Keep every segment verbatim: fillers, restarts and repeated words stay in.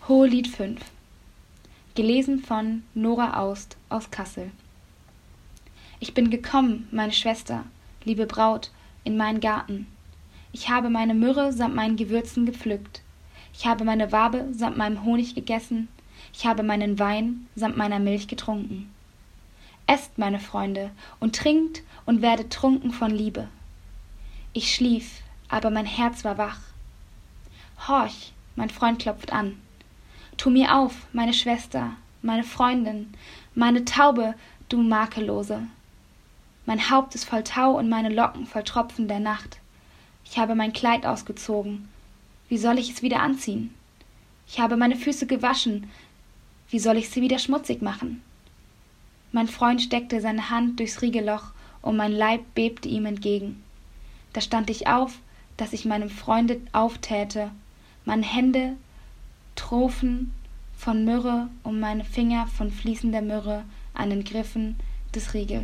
Hohelied fünf. Gelesen von Nora Aust aus Kassel. Ich bin gekommen, meine Schwester, liebe Braut, in meinen Garten. Ich habe meine Myrrhe samt meinen Gewürzen gepflückt. Ich habe meine Wabe samt meinem Honig gegessen. Ich habe meinen Wein samt meiner Milch getrunken. Esst, meine Freunde, und trinkt und werdet trunken von Liebe. Ich schlief, aber mein Herz war wach. Horch, mein Freund klopft an. Tu mir auf, meine Schwester, meine Freundin, meine Taube, du Makellose. Mein Haupt ist voll Tau und meine Locken voll Tropfen der Nacht. Ich habe mein Kleid ausgezogen. Wie soll ich es wieder anziehen? Ich habe meine Füße gewaschen. Wie soll ich sie wieder schmutzig machen? Mein Freund steckte seine Hand durchs Riegelloch und mein Leib bebte ihm entgegen. Da stand ich auf, dass ich meinem Freunde auftäte. Meine Hände Tropfen von Myrrhe und meine Finger von fließender Myrrhe an den Griffen des Riegels.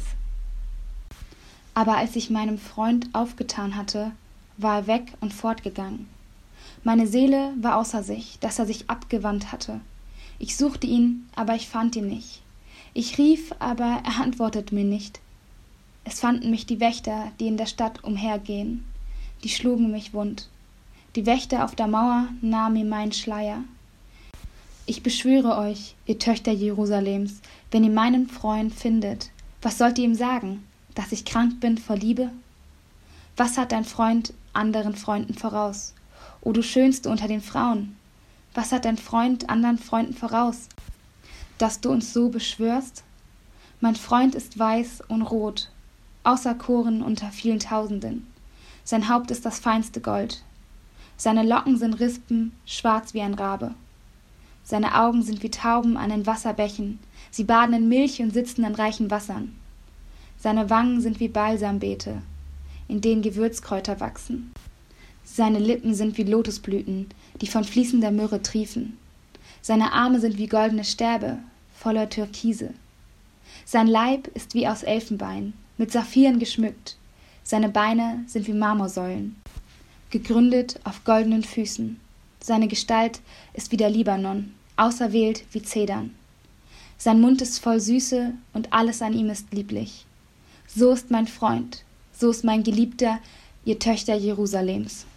Aber als ich meinem Freund aufgetan hatte, war er weg und fortgegangen. Meine Seele war außer sich, dass er sich abgewandt hatte. Ich suchte ihn, aber ich fand ihn nicht. Ich rief, aber er antwortete mir nicht. Es fanden mich die Wächter, die in der Stadt umhergehen. Die schlugen mich wund. Die Wächter auf der Mauer nahmen mir meinen Schleier. Ich beschwöre euch, ihr Töchter Jerusalems, wenn ihr meinen Freund findet, was sollt ihr ihm sagen, dass ich krank bin vor Liebe? Was hat dein Freund anderen Freunden voraus? O du Schönste unter den Frauen, was hat dein Freund anderen Freunden voraus, dass du uns so beschwörst? Mein Freund ist weiß und rot, auserkoren unter vielen Tausenden. Sein Haupt ist das feinste Gold. Seine Locken sind Rispen, schwarz wie ein Rabe. Seine Augen sind wie Tauben an den Wasserbächen, sie baden in Milch und sitzen an reichen Wassern. Seine Wangen sind wie Balsambeete, in denen Gewürzkräuter wachsen. Seine Lippen sind wie Lotusblüten, die von fließender Myrrhe triefen. Seine Arme sind wie goldene Stäbe, voller Türkise. Sein Leib ist wie aus Elfenbein, mit Saphiren geschmückt. Seine Beine sind wie Marmorsäulen, gegründet auf goldenen Füßen. Seine Gestalt ist wie der Libanon, auserwählt wie Zedern. Sein Mund ist voll Süße und alles an ihm ist lieblich. So ist mein Freund, so ist mein Geliebter, ihr Töchter Jerusalems.